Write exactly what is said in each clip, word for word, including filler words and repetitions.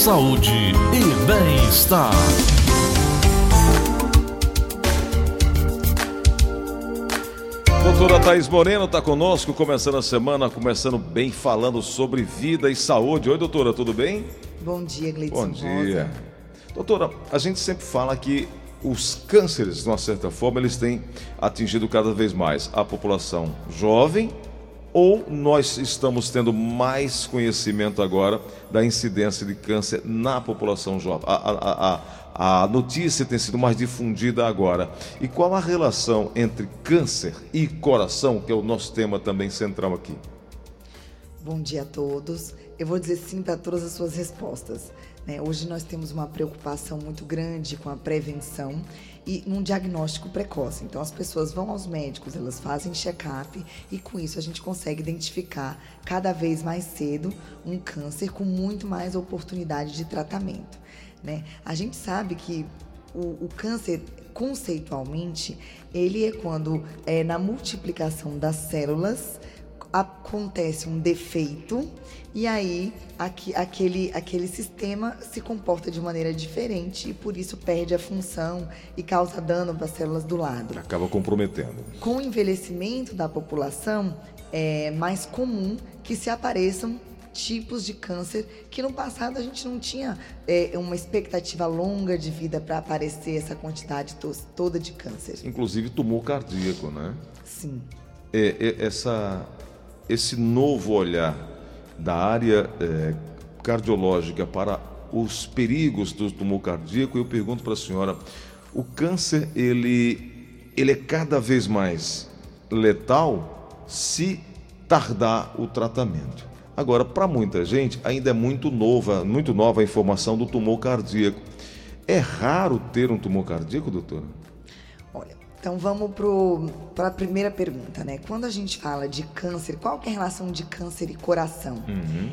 saúde e bem-estar. Doutora Thaís Moreno está conosco, começando a semana, começando bem, falando sobre vida e saúde. Oi, doutora, tudo bem? Bom dia, Gleidson. Bom dia. Doutora, a gente sempre fala que os cânceres, de uma certa forma, eles têm atingido cada vez mais a população jovem, ou nós estamos tendo mais conhecimento agora da incidência de câncer na população jovem? A, a, a, a notícia tem sido mais difundida agora. E qual a relação entre câncer e coração, que é o nosso tema também central aqui? Bom dia a todos. Eu vou dizer sim para todas as suas respostas. Né? Hoje nós temos uma preocupação muito grande com a prevenção e um diagnóstico precoce. Então as pessoas vão aos médicos, elas fazem check-up e com isso a gente consegue identificar cada vez mais cedo um câncer com muito mais oportunidade de tratamento. Né? A gente sabe que o, o câncer, conceitualmente, ele é quando é na multiplicação das células acontece um defeito e aí aqui, aquele, aquele sistema se comporta de maneira diferente e por isso perde a função e causa dano para as células do lado. Acaba comprometendo. Com o envelhecimento da população, é mais comum que se apareçam tipos de câncer que no passado a gente não tinha é, uma expectativa longa de vida para aparecer essa quantidade to- toda de câncer. Inclusive tumor cardíaco, né? Sim. É, é, essa... Esse novo olhar da área é, cardiológica para os perigos do tumor cardíaco, eu pergunto para a senhora, o câncer, ele, ele é cada vez mais letal se tardar o tratamento. Agora, para muita gente, ainda é muito nova, muito nova a informação do tumor cardíaco. É raro ter um tumor cardíaco, doutora? Olha, então vamos para a primeira pergunta, né? Quando a gente fala de câncer, qual que é a relação de câncer e coração? Uhum.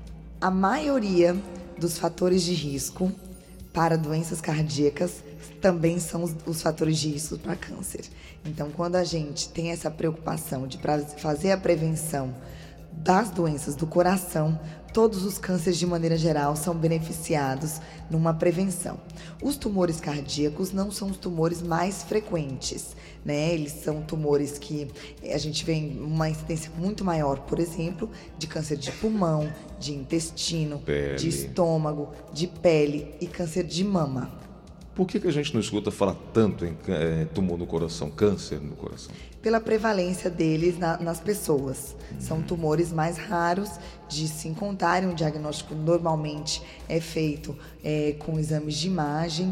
A maioria dos fatores de risco para doenças cardíacas também são os, os fatores de risco para câncer. Então, quando a gente tem essa preocupação de pra, fazer a prevenção das doenças do coração, todos os cânceres, de maneira geral, são beneficiados numa prevenção. Os tumores cardíacos não são os tumores mais frequentes, né? Eles são tumores que a gente vê uma incidência muito maior, por exemplo, de câncer de pulmão, de intestino, Pele. de estômago, de pele e câncer de mama. Por que, que a gente não escuta falar tanto em é, tumor no coração, câncer no coração? Pela prevalência deles na, nas pessoas. São tumores mais raros de se encontrarem. O diagnóstico normalmente é feito é, com exames de imagem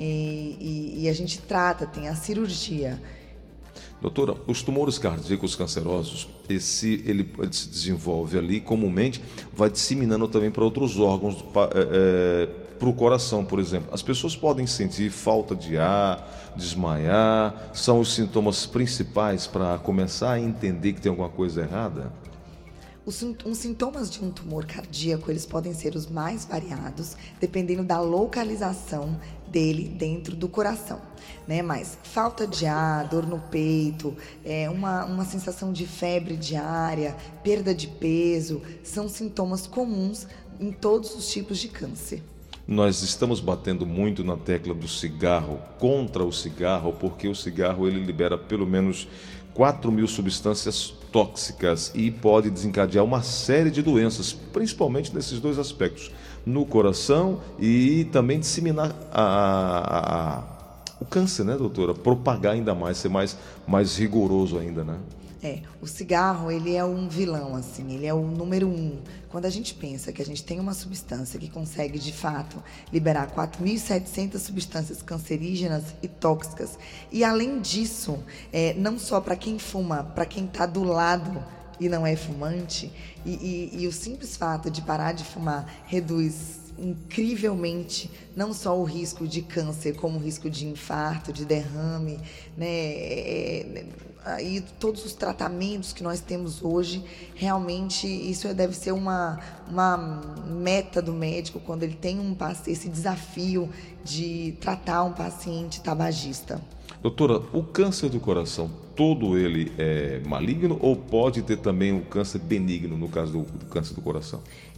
e, e, e a gente trata, tem a cirurgia. Doutora, os tumores cardíacos cancerosos, esse, ele, ele se desenvolve ali, comumente vai disseminando também para outros órgãos, para é, é, o coração, por exemplo. As pessoas podem sentir falta de ar, desmaiar, são os sintomas principais para começar a entender que tem alguma coisa errada? Os, os sintomas de um tumor cardíaco, eles podem ser os mais variados, dependendo da localização dele dentro do coração, né? Mas falta de ar, dor no peito, é, uma, uma sensação de febre diária, perda de peso, são sintomas comuns em todos os tipos de câncer. Nós estamos batendo muito na tecla do cigarro, contra o cigarro, porque o cigarro ele libera pelo menos quatro mil substâncias tóxicas e pode desencadear uma série de doenças, principalmente nesses dois aspectos, no coração e também disseminar a, a, a, o câncer, né, doutora? Propagar ainda mais, ser mais, mais rigoroso ainda, né? É, o cigarro, ele é um vilão, assim, ele é o número um. Quando a gente pensa que a gente tem uma substância que consegue, de fato, liberar quatro mil e setecentas substâncias cancerígenas e tóxicas, e além disso, é, não só para quem fuma, para quem está do lado e não é fumante, e, e, e o simples fato de parar de fumar reduz incrivelmente não só o risco de câncer, como o risco de infarto, de derrame, né? É, aí todos os tratamentos que nós temos hoje, realmente isso deve ser uma, uma meta do médico quando ele tem um, esse desafio de tratar um paciente tabagista. Doutora, o câncer do coração, todo ele é maligno ou pode ter também o câncer benigno, no caso do, do câncer do coração?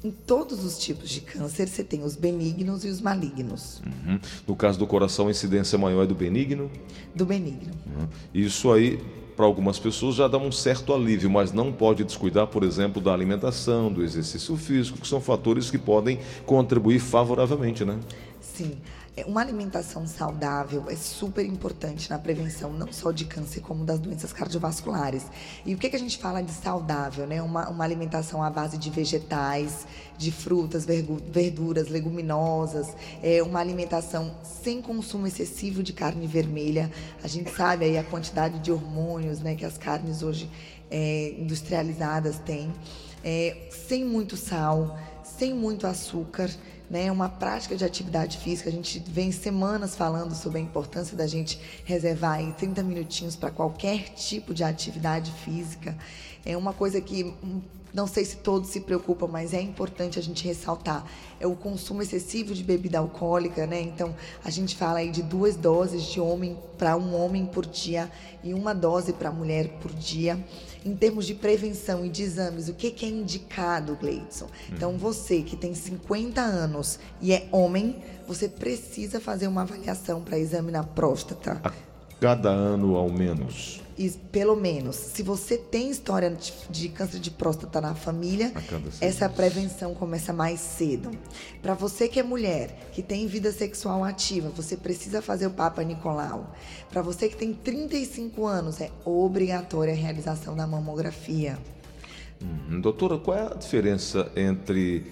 Em todos os tipos de câncer, você tem os benignos e os malignos. Uhum. No caso do coração, a incidência maior é do benigno? Do benigno. Uhum. Isso aí, para algumas pessoas, já dá um certo alívio, mas não pode descuidar, por exemplo, da alimentação, do exercício físico, que são fatores que podem contribuir favoravelmente, né? Sim. Uma alimentação saudável é super importante na prevenção, não só de câncer, como das doenças cardiovasculares. E o que, que a gente fala de saudável, né? Uma, uma alimentação à base de vegetais, de frutas, verduras, leguminosas, é uma alimentação sem consumo excessivo de carne vermelha. A gente sabe aí a quantidade de hormônios, né, que as carnes hoje é, industrializadas têm, é, sem muito sal, sem muito açúcar, né, uma prática de atividade física. A gente vem semanas falando sobre a importância da gente reservar aí trinta minutinhos para qualquer tipo de atividade física. É uma coisa que não sei se todos se preocupam, mas é importante a gente ressaltar. É o consumo excessivo de bebida alcoólica, né? Então, a gente fala aí de duas doses de homem para um homem por dia e uma dose para mulher por dia. Em termos de prevenção e de exames, o que, que é indicado, Gleidson? Então, você que tem cinquenta anos e é homem, você precisa fazer uma avaliação para exame na próstata. A cada ano, ao menos? E, pelo menos. Se você tem história de, de câncer de próstata na família, essa prevenção começa mais cedo. Para você que é mulher, que tem vida sexual ativa, você precisa fazer o Papa Nicolau. Para você que tem trinta e cinco anos, é obrigatória a realização da mamografia. Hum, doutora, qual é a diferença entre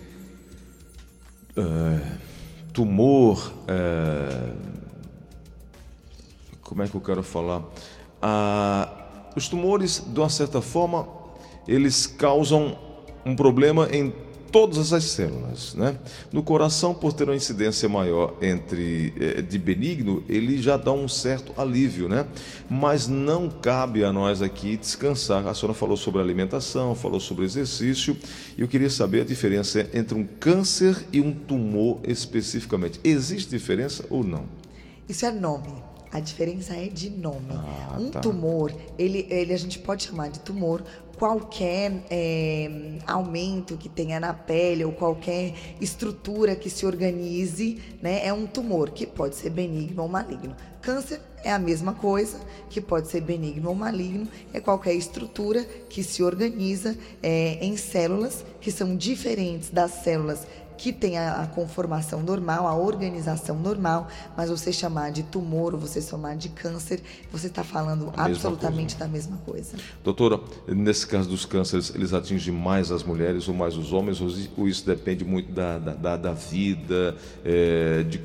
uh, tumor... Uh, como é que eu quero falar? Ah, os tumores, de uma certa forma, eles causam um problema em todas as células, né? No coração, por ter uma incidência maior entre eh, de benigno, ele já dá um certo alívio, né? Mas não cabe a nós aqui descansar. A senhora falou sobre alimentação, falou sobre exercício, e eu queria saber a diferença entre um câncer e um tumor especificamente. Existe diferença ou não? Isso é nome. A diferença é de nome. Ah, um tá. tumor, ele, ele a gente pode chamar de tumor qualquer é, aumento que tenha na pele ou qualquer estrutura que se organize, né, é um tumor que pode ser benigno ou maligno. Câncer é a mesma coisa, que pode ser benigno ou maligno, é qualquer estrutura que se organiza é, em células que são diferentes das células que tem a, a conformação normal, a organização normal, mas você chamar de tumor ou você chamar de câncer, você está falando a absolutamente da mesma coisa. Doutora, nesse caso dos cânceres, eles atingem mais as mulheres ou mais os homens, ou isso depende muito da, da, da vida, é, de,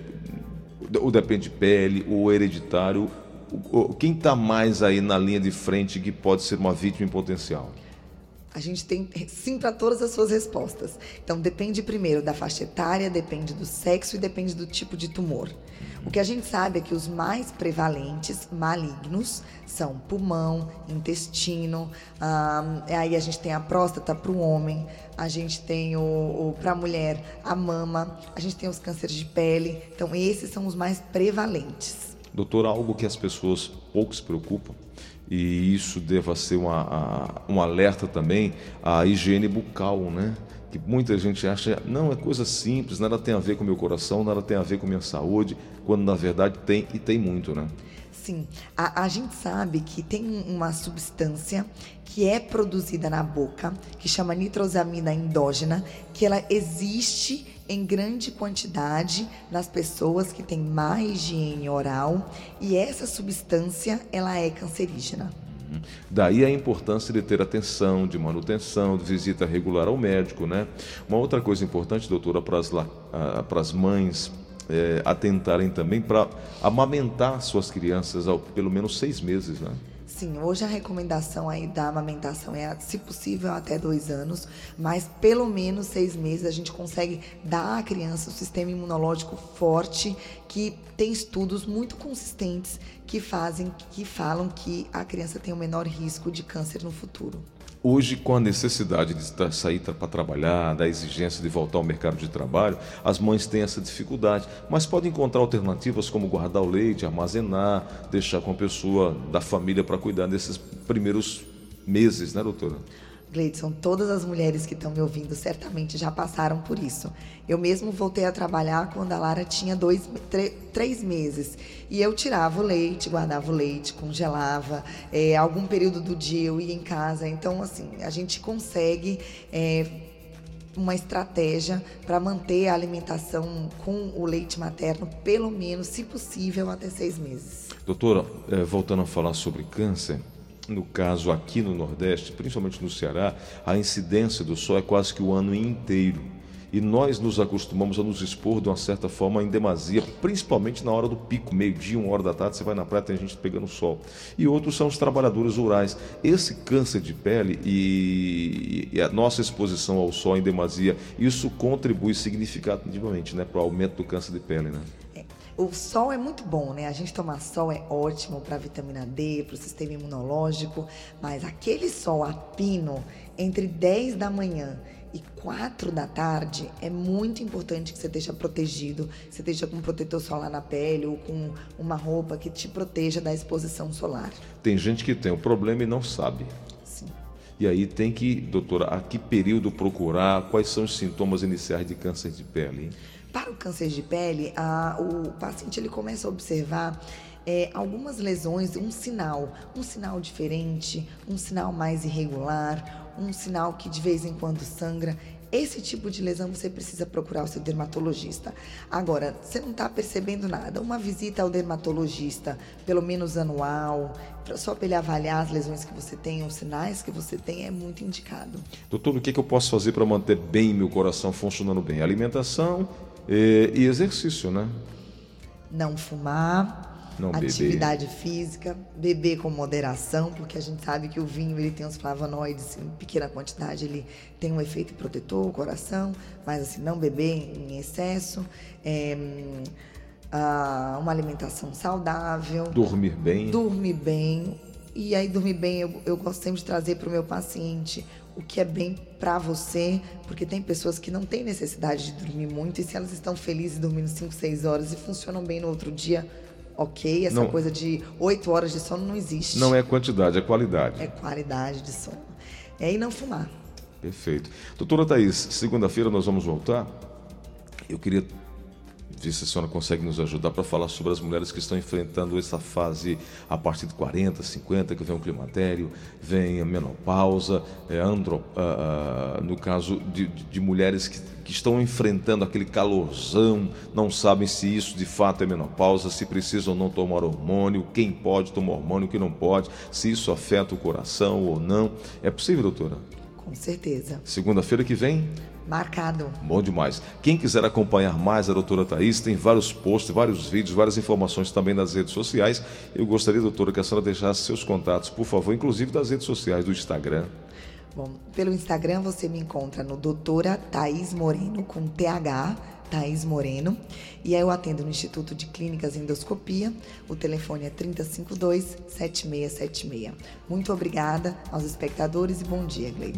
ou depende de pele, ou hereditário? Quem está mais aí na linha de frente que pode ser uma vítima em potencial? A gente tem sim para todas as suas respostas. Então, depende primeiro da faixa etária, depende do sexo e depende do tipo de tumor. O que a gente sabe é que os mais prevalentes, malignos, são pulmão, intestino, ah, aí a gente tem a próstata para o homem, a gente tem o, o para a mulher a mama, a gente tem os cânceres de pele. Então, esses são os mais prevalentes. Doutora, algo que as pessoas pouco se preocupam, e isso deva ser uma, a, um alerta também, a higiene bucal, né? Que muita gente acha, não, é coisa simples, nada tem a ver com o meu coração, nada tem a ver com a minha saúde, quando na verdade tem, e tem muito, né? Sim, a, a gente sabe que tem uma substância que é produzida na boca, que chama nitrosamina endógena, que ela existe em grande quantidade nas pessoas que têm má higiene oral, e essa substância, ela é cancerígena. Daí a importância de ter atenção, de manutenção, de visita regular ao médico, né? Uma outra coisa importante, doutora, para as, para as mães é, atentarem também para amamentar suas crianças ao pelo menos seis meses, né? Sim, hoje a recomendação aí da amamentação é, se possível, até dois anos, mas pelo menos seis meses a gente consegue dar à criança um sistema imunológico forte, que tem estudos muito consistentes que fazem, que falam que a criança tem o menor risco de câncer no futuro. Hoje, com a necessidade de sair para trabalhar, da exigência de voltar ao mercado de trabalho, as mães têm essa dificuldade, mas podem encontrar alternativas como guardar o leite, armazenar, deixar com a pessoa da família para cuidar desses primeiros meses, né, doutora? Gleidson, todas as mulheres que estão me ouvindo certamente já passaram por isso. Eu mesmo voltei a trabalhar quando a Lara tinha dois, três meses. E eu tirava o leite, guardava o leite, congelava. É, algum período do dia eu ia em casa. Então, assim, a gente consegue é, uma estratégia para manter a alimentação com o leite materno, pelo menos, se possível, até seis meses. Doutora, é, voltando a falar sobre câncer, no caso aqui no Nordeste, principalmente no Ceará, a incidência do sol é quase que o ano inteiro. E nós nos acostumamos a nos expor de uma certa forma em demasia, principalmente na hora do pico, meio-dia, uma hora da tarde, você vai na praia, tem gente pegando sol. E outros são os trabalhadores rurais. Esse câncer de pele e, e a nossa exposição ao sol em demasia, isso contribui significativamente, né, para o aumento do câncer de pele, né? O sol é muito bom, né? A gente tomar sol é ótimo para a vitamina D, para o sistema imunológico, mas aquele sol a pino entre dez da manhã e quatro da tarde é muito importante que você esteja protegido, você esteja com um protetor solar na pele ou com uma roupa que te proteja da exposição solar. Tem gente que tem o problema e não sabe. Sim. E aí tem que, doutora, a que período procurar, quais são os sintomas iniciais de câncer de pele, hein? Para o câncer de pele, a, o paciente ele começa a observar é, algumas lesões, um sinal, um sinal diferente, um sinal mais irregular, um sinal que de vez em quando sangra. Esse tipo de lesão você precisa procurar o seu dermatologista. Agora, você não está percebendo nada, uma visita ao dermatologista, pelo menos anual, só para ele avaliar as lesões que você tem, os sinais que você tem, é muito indicado. Doutor, o que, que eu posso fazer para manter bem meu coração funcionando bem? Alimentação e, e exercício, né? Não fumar, não atividade beber. física, beber com moderação, porque a gente sabe que o vinho ele tem os flavonoides em pequena quantidade, ele tem um efeito protetor, o coração, mas assim, não beber em excesso, é, ah, uma alimentação saudável. Dormir bem. Dormir bem. E aí, dormir bem, eu, eu gosto sempre de trazer para o meu paciente o que é bem para você, porque tem pessoas que não têm necessidade de dormir muito, e se elas estão felizes dormindo cinco, seis horas e funcionam bem no outro dia, ok, essa não, coisa de oito horas de sono não existe. Não é quantidade, é qualidade. É qualidade de sono. É e não fumar. Perfeito. Doutora Thaís, segunda-feira nós vamos voltar. Eu queria ver se a senhora consegue nos ajudar para falar sobre as mulheres que estão enfrentando essa fase a partir de quarenta, cinquenta, que vem o climatério, vem a menopausa, é, andro, uh, uh, no caso de, de, de mulheres que, que estão enfrentando aquele calorzão, não sabem se isso de fato é menopausa, se precisam ou não tomar hormônio, quem pode tomar hormônio, quem não pode, se isso afeta o coração ou não. É possível, doutora? Com certeza. Segunda-feira que vem? Marcado. Bom demais. Quem quiser acompanhar mais a doutora Thaís, tem vários posts, vários vídeos, várias informações também nas redes sociais. Eu gostaria, doutora, que a senhora deixasse seus contatos, por favor, inclusive das redes sociais, do Instagram. Bom, pelo Instagram você me encontra no doutora Thaís Moreno, com T H, Thaís Moreno. E aí eu atendo no Instituto de Clínicas e Endoscopia. O telefone é trinta, cinquenta e dois, setenta e seis setenta e seis. Muito obrigada aos espectadores e bom dia, Gleide.